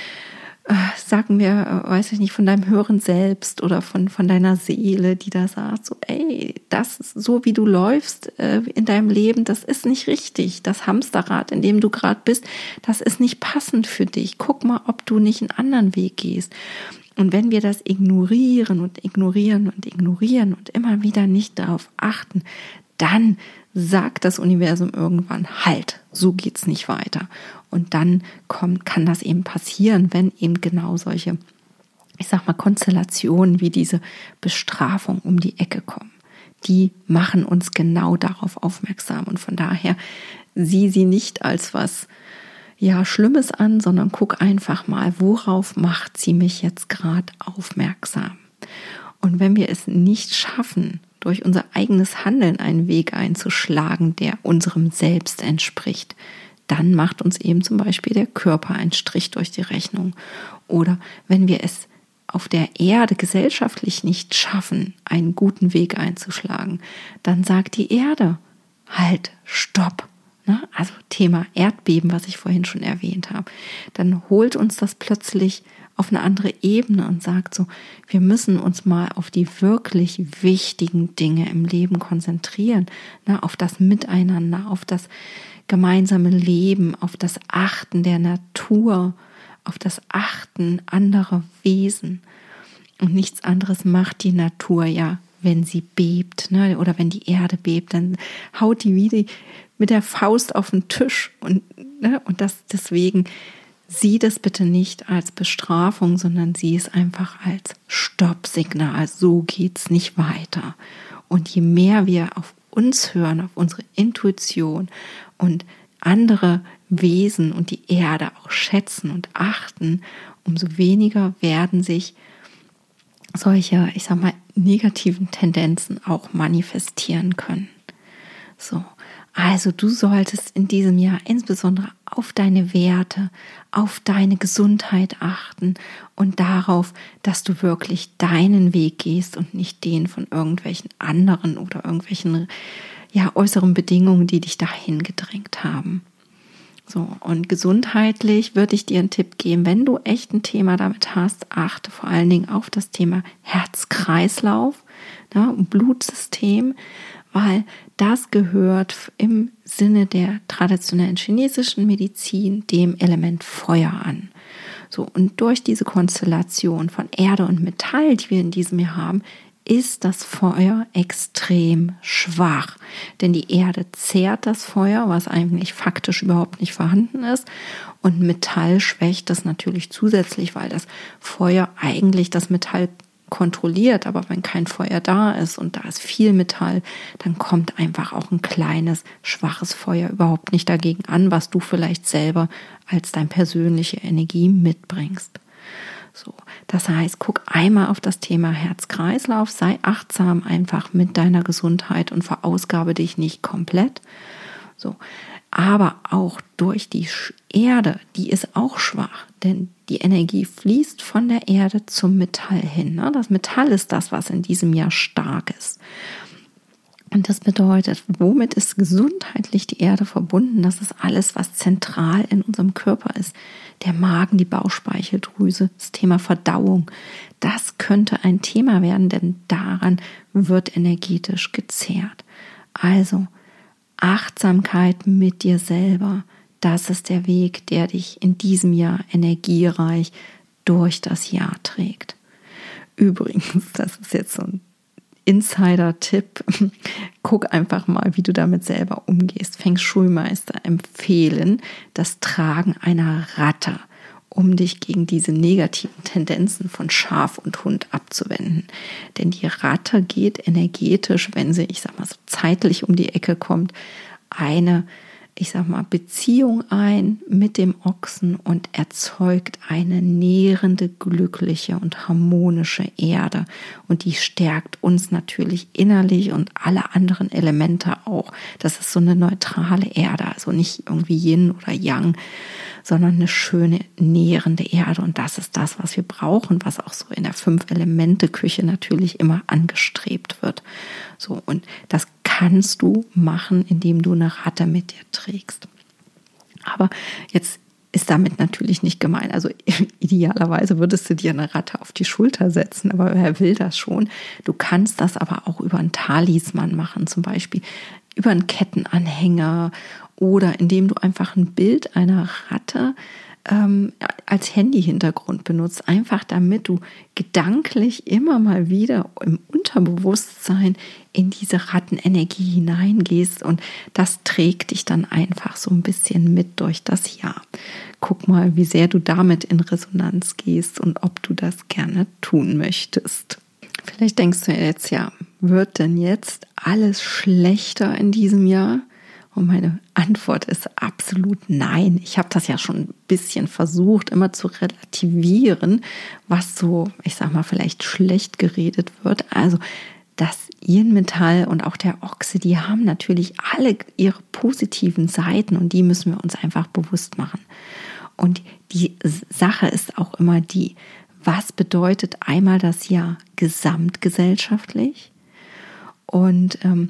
äh, sagen wir, weiß ich nicht, von deinem höheren Selbst oder von, von deiner Seele, die da sagt, so, ey, das ist so, wie du läufst äh, in deinem Leben, das ist nicht richtig. Das Hamsterrad, in dem du gerade bist, das ist nicht passend für dich. Guck mal, ob du nicht einen anderen Weg gehst. Und wenn wir das ignorieren und ignorieren und ignorieren und immer wieder nicht darauf achten, dann sagt das Universum irgendwann, halt, so geht's nicht weiter. Und dann kommt, kann das eben passieren, wenn eben genau solche, ich sag mal, Konstellationen wie diese Bestrafung um die Ecke kommen. Die machen uns genau darauf aufmerksam. Und von daher sieh sie nicht als was ja Schlimmes an, sondern guck einfach mal, worauf macht sie mich jetzt gerade aufmerksam. Und wenn wir es nicht schaffen, durch unser eigenes Handeln einen Weg einzuschlagen, der unserem Selbst entspricht, dann macht uns eben zum Beispiel der Körper einen Strich durch die Rechnung. Oder wenn wir es auf der Erde gesellschaftlich nicht schaffen, einen guten Weg einzuschlagen, dann sagt die Erde, halt, stopp. Also Thema Erdbeben, was ich vorhin schon erwähnt habe, dann holt uns das plötzlich auf eine andere Ebene und sagt so, wir müssen uns mal auf die wirklich wichtigen Dinge im Leben konzentrieren, auf das Miteinander, auf das gemeinsame Leben, auf das Achten der Natur, auf das Achten anderer Wesen. Und nichts anderes macht die Natur ja, wenn sie bebt, ne, oder wenn die Erde bebt, dann haut die wieder mit der Faust auf den Tisch. Und, ne, und das deswegen, sieh das bitte nicht als Bestrafung, sondern sieh es einfach als Stoppsignal. So geht's nicht weiter. Und je mehr wir auf uns hören, auf unsere Intuition und andere Wesen und die Erde auch schätzen und achten, umso weniger werden sich solche, ich sag mal, negativen Tendenzen auch manifestieren können. So, also du solltest in diesem Jahr insbesondere auf deine Werte, auf deine Gesundheit achten und darauf, dass du wirklich deinen Weg gehst und nicht den von irgendwelchen anderen oder irgendwelchen ja, äußeren Bedingungen, die dich dahin gedrängt haben. So, und gesundheitlich würde ich dir einen Tipp geben, wenn du echt ein Thema damit hast, achte vor allen Dingen auf das Thema Herz-Kreislauf, ne, und Blutsystem, weil das gehört im Sinne der traditionellen chinesischen Medizin dem Element Feuer an. So, und durch diese Konstellation von Erde und Metall, die wir in diesem Jahr haben, ist das Feuer extrem schwach. Denn die Erde zehrt das Feuer, was eigentlich faktisch überhaupt nicht vorhanden ist. Und Metall schwächt das natürlich zusätzlich, weil das Feuer eigentlich das Metall kontrolliert. Aber wenn kein Feuer da ist und da ist viel Metall, dann kommt einfach auch ein kleines, schwaches Feuer überhaupt nicht dagegen an, was du vielleicht selber als deine persönliche Energie mitbringst. So, das heißt, guck einmal auf das Thema Herz-Kreislauf, sei achtsam einfach mit deiner Gesundheit und verausgabe dich nicht komplett. So, aber auch durch die Erde, die ist auch schwach, denn die Energie fließt von der Erde zum Metall hin. Das Metall ist das, was in diesem Jahr stark ist. Und das bedeutet, womit ist gesundheitlich die Erde verbunden? Das ist alles, was zentral in unserem Körper ist. Der Magen, die Bauchspeicheldrüse, das Thema Verdauung. Das könnte ein Thema werden, denn daran wird energetisch gezehrt. Also Achtsamkeit mit dir selber. Das ist der Weg, der dich in diesem Jahr energiereich durch das Jahr trägt. Übrigens, das ist jetzt so ein Insider-Tipp, guck einfach mal, wie du damit selber umgehst. Feng Shui-Meister empfehlen das Tragen einer Ratte, um dich gegen diese negativen Tendenzen von Schaf und Hund abzuwenden. Denn die Ratte geht energetisch, wenn sie, ich sag mal so zeitlich um die Ecke kommt, eine, ich sag mal, Beziehung ein mit dem Ochsen und erzeugt eine nährende, glückliche und harmonische Erde. Und die stärkt uns natürlich innerlich und alle anderen Elemente auch. Das ist so eine neutrale Erde, also nicht irgendwie Yin oder Yang, sondern eine schöne, nährende Erde. Und das ist das, was wir brauchen, was auch so in der Fünf-Elemente-Küche natürlich immer angestrebt wird. So, und das kannst du machen, indem du eine Ratte mit dir trägst. Aber jetzt ist damit natürlich nicht gemeint. Also idealerweise würdest du dir eine Ratte auf die Schulter setzen, aber wer will das schon? Du kannst das aber auch über einen Talisman machen, zum Beispiel über einen Kettenanhänger oder indem du einfach ein Bild einer Ratte ähm, als Handy-Hintergrund benutzt, einfach damit du gedanklich immer mal wieder im Unterbewusstsein in diese Rattenenergie hineingehst und das trägt dich dann einfach so ein bisschen mit durch das Jahr. Guck mal, wie sehr du damit in Resonanz gehst und ob du das gerne tun möchtest. Vielleicht denkst du jetzt, ja, wird denn jetzt alles schlechter in diesem Jahr? Und meine Antwort ist absolut nein. Ich habe das ja schon ein bisschen versucht, immer zu relativieren, was so, ich sag mal, vielleicht schlecht geredet wird. Also das Yin-Metall und auch der Ochse, die haben natürlich alle ihre positiven Seiten und die müssen wir uns einfach bewusst machen. Und die Sache ist auch immer die, was bedeutet einmal das Jahr gesamtgesellschaftlich? Und ähm,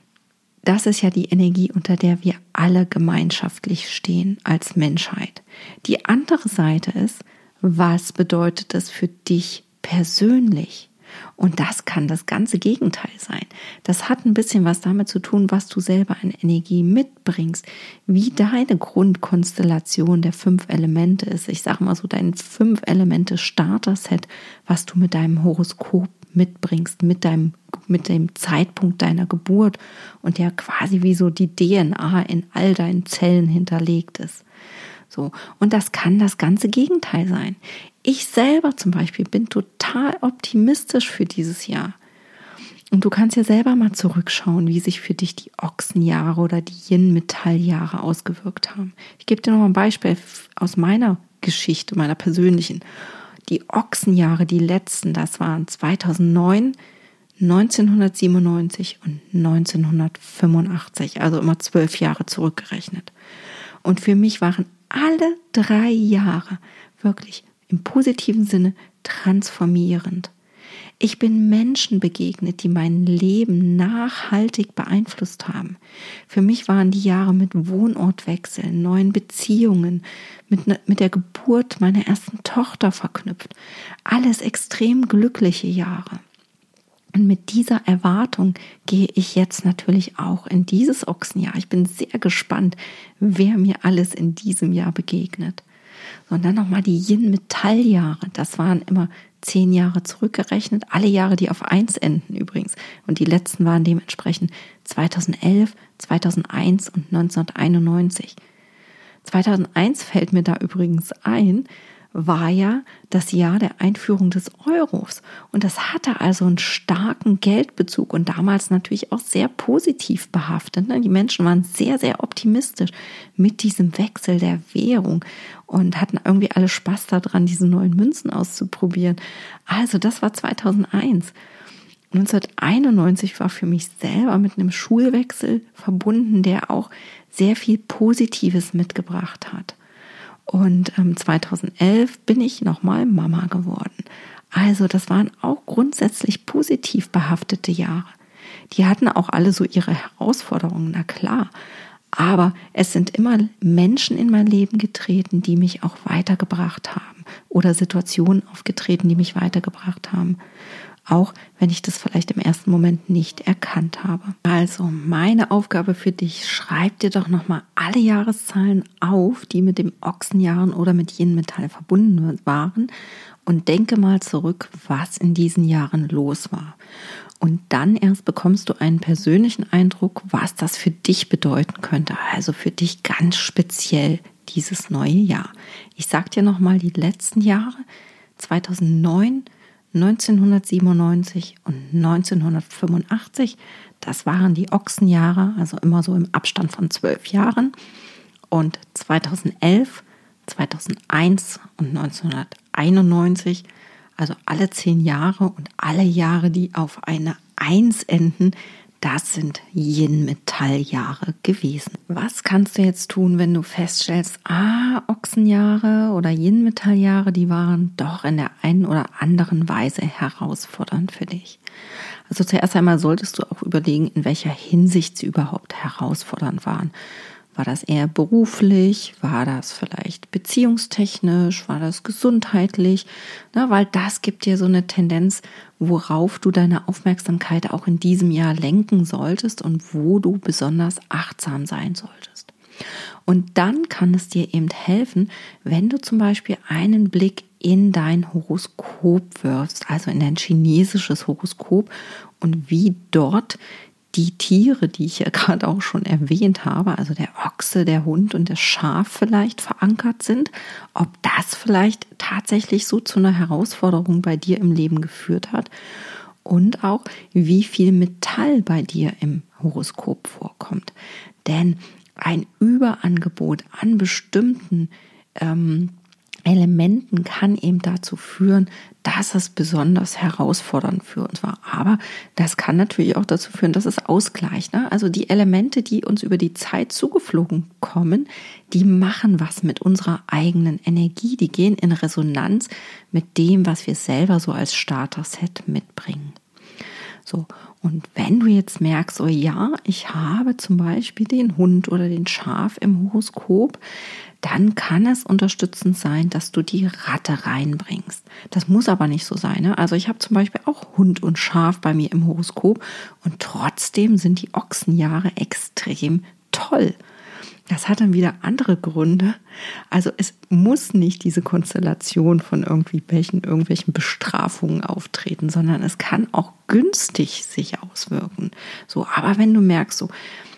das ist ja die Energie, unter der wir alle gemeinschaftlich stehen als Menschheit. Die andere Seite ist, was bedeutet das für dich persönlich? Und das kann das ganze Gegenteil sein. Das hat ein bisschen was damit zu tun, was du selber an Energie mitbringst, wie deine Grundkonstellation der fünf Elemente ist. Ich sage mal so dein fünf Elemente Starter-Set, was du mit deinem Horoskop mitbringst, mit deinem, mit dem Zeitpunkt deiner Geburt und ja quasi wie so die D N A in all deinen Zellen hinterlegt ist. So. Und das kann das ganze Gegenteil sein. Ich selber zum Beispiel bin total optimistisch für dieses Jahr. Und du kannst ja selber mal zurückschauen, wie sich für dich die Ochsenjahre oder die Yin-Metalljahre ausgewirkt haben. Ich gebe dir noch mal ein Beispiel aus meiner Geschichte, meiner persönlichen. Die Ochsenjahre, die letzten, das waren zweitausendneun, neunzehnhundertsiebenundneunzig und neunzehnhundertfünfundachtzig, also immer zwölf Jahre zurückgerechnet. Und für mich waren alle drei Jahre wirklich im positiven Sinne transformierend. Ich bin Menschen begegnet, die mein Leben nachhaltig beeinflusst haben. Für mich waren die Jahre mit Wohnortwechseln, neuen Beziehungen, mit, mit der Geburt meiner ersten Tochter verknüpft. Alles extrem glückliche Jahre. Und mit dieser Erwartung gehe ich jetzt natürlich auch in dieses Ochsenjahr. Ich bin sehr gespannt, wer mir alles in diesem Jahr begegnet. So, und dann nochmal die Yin-Metalljahre. Das waren immer zehn Jahre zurückgerechnet. Alle Jahre, die auf eins enden übrigens. Und die letzten waren dementsprechend zweitausendelf, zweitausendeins und neunzehnhunderteinundneunzig. zweitausendeins fällt mir da übrigens ein, war ja das Jahr der Einführung des Euros. Und das hatte also einen starken Geldbezug und damals natürlich auch sehr positiv behaftet. Die Menschen waren sehr, sehr optimistisch mit diesem Wechsel der Währung und hatten irgendwie alle Spaß daran, diese neuen Münzen auszuprobieren. Also das war zweitausendeins. neunzehnhunderteinundneunzig war für mich selber mit einem Schulwechsel verbunden, der auch sehr viel Positives mitgebracht hat. Und ähm, zweitausendelf bin ich nochmal Mama geworden. Also das waren auch grundsätzlich positiv behaftete Jahre. Die hatten auch alle so ihre Herausforderungen, na klar. Aber es sind immer Menschen in mein Leben getreten, die mich auch weitergebracht haben. Oder Situationen aufgetreten, die mich weitergebracht haben. Auch wenn ich das vielleicht im ersten Moment nicht erkannt habe. Also meine Aufgabe für dich, schreib dir doch nochmal alle Jahreszahlen auf, die mit dem Ochsenjahren oder mit Yin-Metall verbunden waren und denke mal zurück, was in diesen Jahren los war. Und dann erst bekommst du einen persönlichen Eindruck, was das für dich bedeuten könnte. Also für dich ganz speziell dieses neue Jahr. Ich sag dir nochmal die letzten Jahre, zweitausendneun, neunzehnhundertsiebenundneunzig und neunzehnhundertfünfundachtzig. Das waren die Ochsenjahre, also immer so im Abstand von zwölf Jahren. Und zweitausendelf, zweitausendeins und neunzehnhunderteinundneunzig, also alle zehn Jahre und alle Jahre, die auf eine Eins enden, das sind Yin-Metall-Jahre gewesen. Was kannst du jetzt tun, wenn du feststellst, ah, Ochsenjahre oder Yin-Metall-Jahre, die waren doch in der einen oder anderen Weise herausfordernd für dich? Also zuerst einmal solltest du auch überlegen, in welcher Hinsicht sie überhaupt herausfordernd waren. War das eher beruflich? War das vielleicht beziehungstechnisch? War das gesundheitlich? Na, weil das gibt dir so eine Tendenz, worauf du deine Aufmerksamkeit auch in diesem Jahr lenken solltest und wo du besonders achtsam sein solltest. Und dann kann es dir eben helfen, wenn du zum Beispiel einen Blick in dein Horoskop wirfst, also in dein chinesisches Horoskop und wie dort die Tiere, die ich ja gerade auch schon erwähnt habe, also der Ochse, der Hund und das Schaf vielleicht verankert sind, ob das vielleicht tatsächlich so zu einer Herausforderung bei dir im Leben geführt hat und auch wie viel Metall bei dir im Horoskop vorkommt. Denn ein Überangebot an bestimmten ähm, Elementen kann eben dazu führen, dass es besonders herausfordernd für uns war. Aber das kann natürlich auch dazu führen, dass es ausgleicht. Ne? Also die Elemente, die uns über die Zeit zugeflogen kommen, die machen was mit unserer eigenen Energie. Die gehen in Resonanz mit dem, was wir selber so als Starter-Set mitbringen. So, und wenn du jetzt merkst, oh ja, ich habe zum Beispiel den Hund oder den Schaf im Horoskop, dann kann es unterstützend sein, dass du die Ratte reinbringst. Das muss aber nicht so sein. Ne? Also ich habe zum Beispiel auch Hund und Schaf bei mir im Horoskop und trotzdem sind die Ochsenjahre extrem toll. Das hat dann wieder andere Gründe. Also es muss nicht diese Konstellation von irgendwie welchen, irgendwelchen Bestrafungen auftreten, sondern es kann auch günstig sich auswirken. So, aber wenn du merkst, so,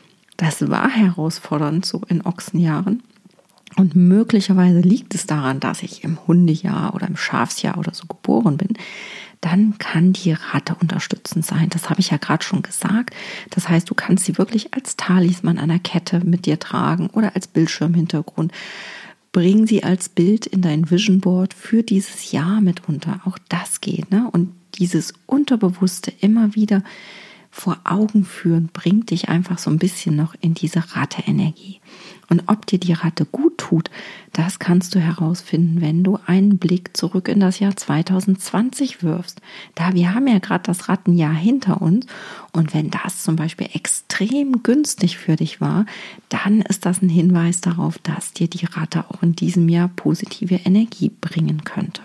das war herausfordernd so in Ochsenjahren, und möglicherweise liegt es daran, dass ich im Hundejahr oder im Schafsjahr oder so geboren bin, dann kann die Ratte unterstützend sein. Das habe ich ja gerade schon gesagt. Das heißt, du kannst sie wirklich als Talisman an der Kette mit dir tragen oder als Bildschirmhintergrund. Bring sie als Bild in dein Vision Board für dieses Jahr mit unter. Auch das geht, ne? Und dieses Unterbewusste immer wieder vor Augen führen, bringt dich einfach so ein bisschen noch in diese Ratte-Energie. Und ob dir die Ratte gut tut, das kannst du herausfinden, wenn du einen Blick zurück in das Jahr zweitausendzwanzig wirfst. Da wir haben ja gerade das Rattenjahr hinter uns und wenn das zum Beispiel extrem günstig für dich war, dann ist das ein Hinweis darauf, dass dir die Ratte auch in diesem Jahr positive Energie bringen könnte.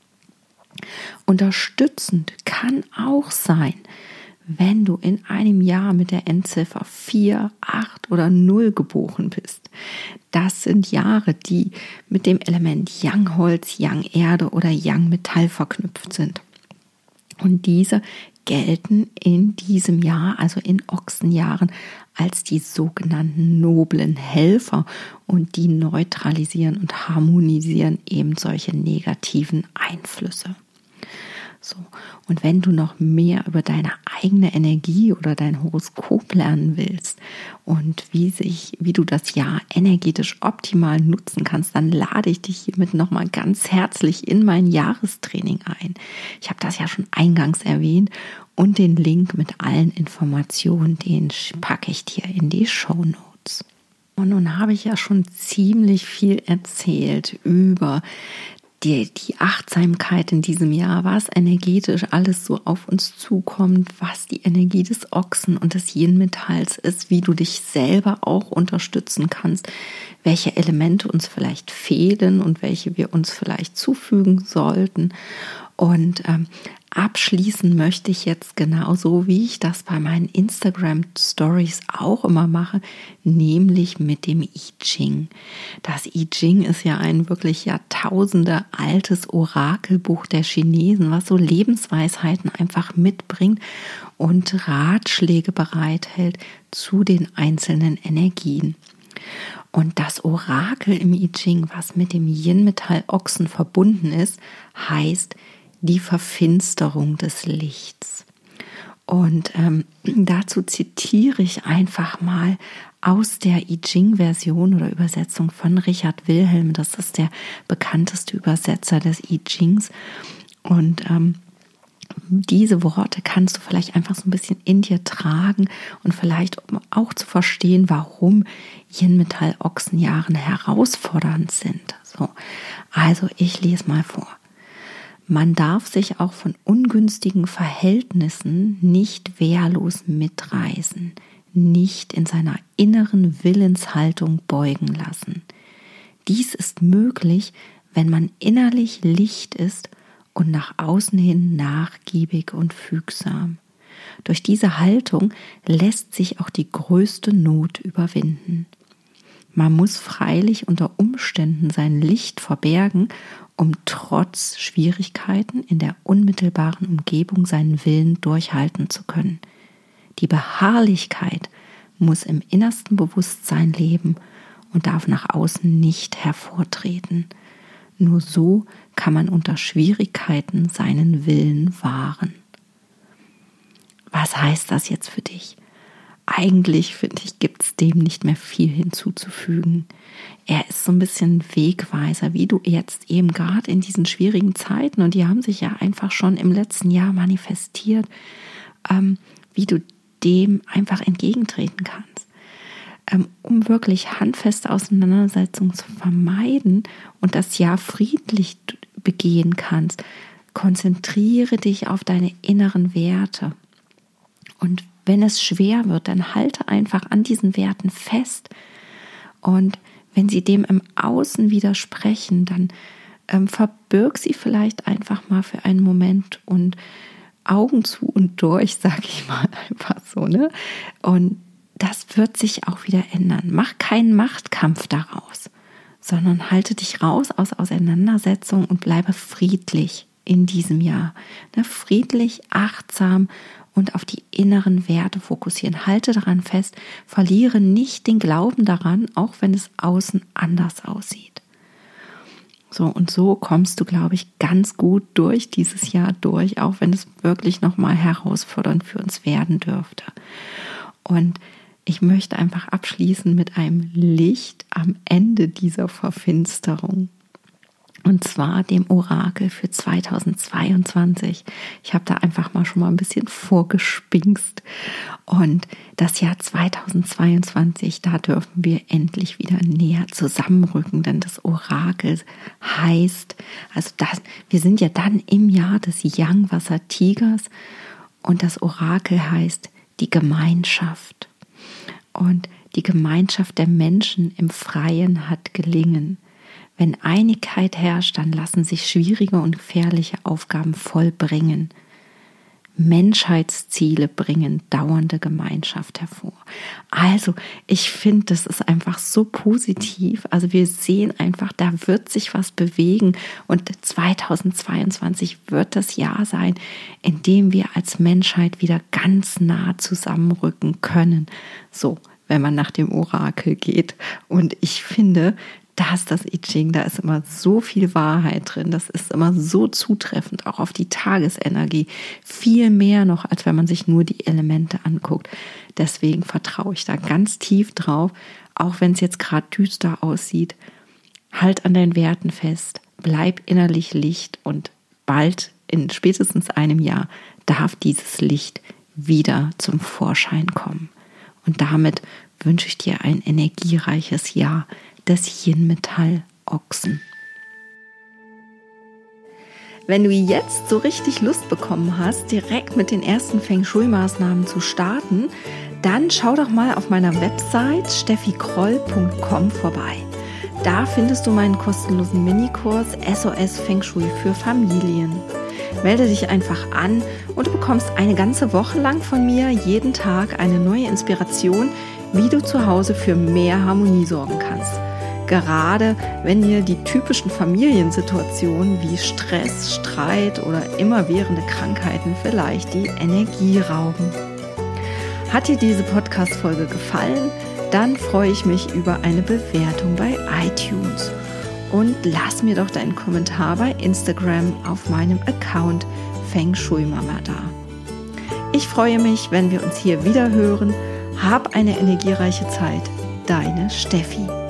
Unterstützend kann auch sein, wenn du in einem Jahr mit der Endziffer vier, acht oder null geboren bist. Das sind Jahre, die mit dem Element Yang-Holz, Yang-Erde oder Yang-Metall verknüpft sind. Und diese gelten in diesem Jahr, also in Ochsenjahren, als die sogenannten noblen Helfer und die neutralisieren und harmonisieren eben solche negativen Einflüsse. So. Und wenn du noch mehr über deine eigene Energie oder dein Horoskop lernen willst und wie sich, wie du das Jahr energetisch optimal nutzen kannst, dann lade ich dich hiermit nochmal ganz herzlich in mein Jahrestraining ein. Ich habe das ja schon eingangs erwähnt und den Link mit allen Informationen, den packe ich dir in die Shownotes. Und nun habe ich ja schon ziemlich viel erzählt über Die, die Achtsamkeit in diesem Jahr, was energetisch alles so auf uns zukommt, was die Energie des Ochsen und des Yin-Metalls ist, wie du dich selber auch unterstützen kannst, welche Elemente uns vielleicht fehlen und welche wir uns vielleicht zufügen sollten. Und ähm, abschließen möchte ich jetzt genauso, wie ich das bei meinen Instagram-Stories auch immer mache, nämlich mit dem I Ching. Das I Ching ist ja ein wirklich Jahrtausende altes Orakelbuch der Chinesen, was so Lebensweisheiten einfach mitbringt und Ratschläge bereithält zu den einzelnen Energien. Und das Orakel im I Ching, was mit dem Yin-Metall Ochsen verbunden ist, heißt die Verfinsterung des Lichts. Und ähm, dazu zitiere ich einfach mal aus der I Ching-Version oder Übersetzung von Richard Wilhelm. Das ist der bekannteste Übersetzer des I Chings. Und ähm, diese Worte kannst du vielleicht einfach so ein bisschen in dir tragen und vielleicht um auch zu verstehen, warum Yin-Metall-Ochsenjahren herausfordernd sind. So, also ich lese mal vor. Man darf sich auch von ungünstigen Verhältnissen nicht wehrlos mitreißen, nicht in seiner inneren Willenshaltung beugen lassen. Dies ist möglich, wenn man innerlich Licht ist und nach außen hin nachgiebig und fügsam. Durch diese Haltung lässt sich auch die größte Not überwinden. Man muss freilich unter Umständen sein Licht verbergen, um trotz Schwierigkeiten in der unmittelbaren Umgebung seinen Willen durchhalten zu können. Die Beharrlichkeit muss im innersten Bewusstsein leben und darf nach außen nicht hervortreten. Nur so kann man unter Schwierigkeiten seinen Willen wahren. Was heißt das jetzt für dich? Eigentlich, finde ich, gibt es dem nicht mehr viel hinzuzufügen. Er ist so ein bisschen Wegweiser, wie du jetzt eben gerade in diesen schwierigen Zeiten, und die haben sich ja einfach schon im letzten Jahr manifestiert, ähm, wie du dem einfach entgegentreten kannst. Ähm, um wirklich handfeste Auseinandersetzungen zu vermeiden und das Jahr friedlich begehen kannst, konzentriere dich auf deine inneren Werte. Und wenn es schwer wird, dann halte einfach an diesen Werten fest. Und wenn sie dem im Außen widersprechen, dann ähm, verbirg sie vielleicht einfach mal für einen Moment und Augen zu und durch, sage ich mal einfach so, ne? Und das wird sich auch wieder ändern. Mach keinen Machtkampf daraus, sondern halte dich raus aus Auseinandersetzungen und bleibe friedlich in diesem Jahr. Ne? Friedlich, achtsam und auf die inneren Werte fokussieren. Halte daran fest, verliere nicht den Glauben daran, auch wenn es außen anders aussieht. So, und so kommst du, glaube ich, ganz gut durch dieses Jahr durch, auch wenn es wirklich nochmal herausfordernd für uns werden dürfte. Und ich möchte einfach abschließen mit einem Licht am Ende dieser Verfinsterung. Und zwar dem Orakel für zweitausendzweiundzwanzig. Ich habe da einfach mal schon mal ein bisschen vorgespinkst. Und das Jahr zweitausendzweiundzwanzig, da dürfen wir endlich wieder näher zusammenrücken, denn das Orakel heißt, also das, wir sind ja dann im Jahr des Yang-Wasser-Tigers und das Orakel heißt die Gemeinschaft. Und die Gemeinschaft der Menschen im Freien hat gelingen. Wenn Einigkeit herrscht, dann lassen sich schwierige und gefährliche Aufgaben vollbringen. Menschheitsziele bringen dauernde Gemeinschaft hervor. Also ich finde, das ist einfach so positiv. Also wir sehen einfach, da wird sich was bewegen und zweitausendzweiundzwanzig wird das Jahr sein, in dem wir als Menschheit wieder ganz nah zusammenrücken können. So, wenn man nach dem Orakel geht. Und ich finde, da ist das I Ching, da ist immer so viel Wahrheit drin, das ist immer so zutreffend, auch auf die Tagesenergie, viel mehr noch, als wenn man sich nur die Elemente anguckt. Deswegen vertraue ich da ganz tief drauf, auch wenn es jetzt gerade düster aussieht. Halt an deinen Werten fest, bleib innerlich Licht und bald, in spätestens einem Jahr, darf dieses Licht wieder zum Vorschein kommen. Und damit wünsche ich dir ein energiereiches Jahr des Yin-Metall-Ochsen. Wenn du jetzt so richtig Lust bekommen hast, direkt mit den ersten Feng Shui-Maßnahmen zu starten, dann schau doch mal auf meiner Website steffi kroll punkt com vorbei. Da findest du meinen kostenlosen Minikurs S O S Feng Shui für Familien. Melde dich einfach an und du bekommst eine ganze Woche lang von mir jeden Tag eine neue Inspiration, wie du zu Hause für mehr Harmonie sorgen kannst. Gerade wenn dir die typischen Familiensituationen wie Stress, Streit oder immerwährende Krankheiten vielleicht die Energie rauben. Hat dir diese Podcast-Folge gefallen? Dann freue ich mich über eine Bewertung bei iTunes. und lass mir doch deinen Kommentar bei Instagram auf meinem Account Feng Shui Mama da. Ich freue mich, wenn wir uns hier wieder hören. Hab eine energiereiche Zeit. Deine Steffi.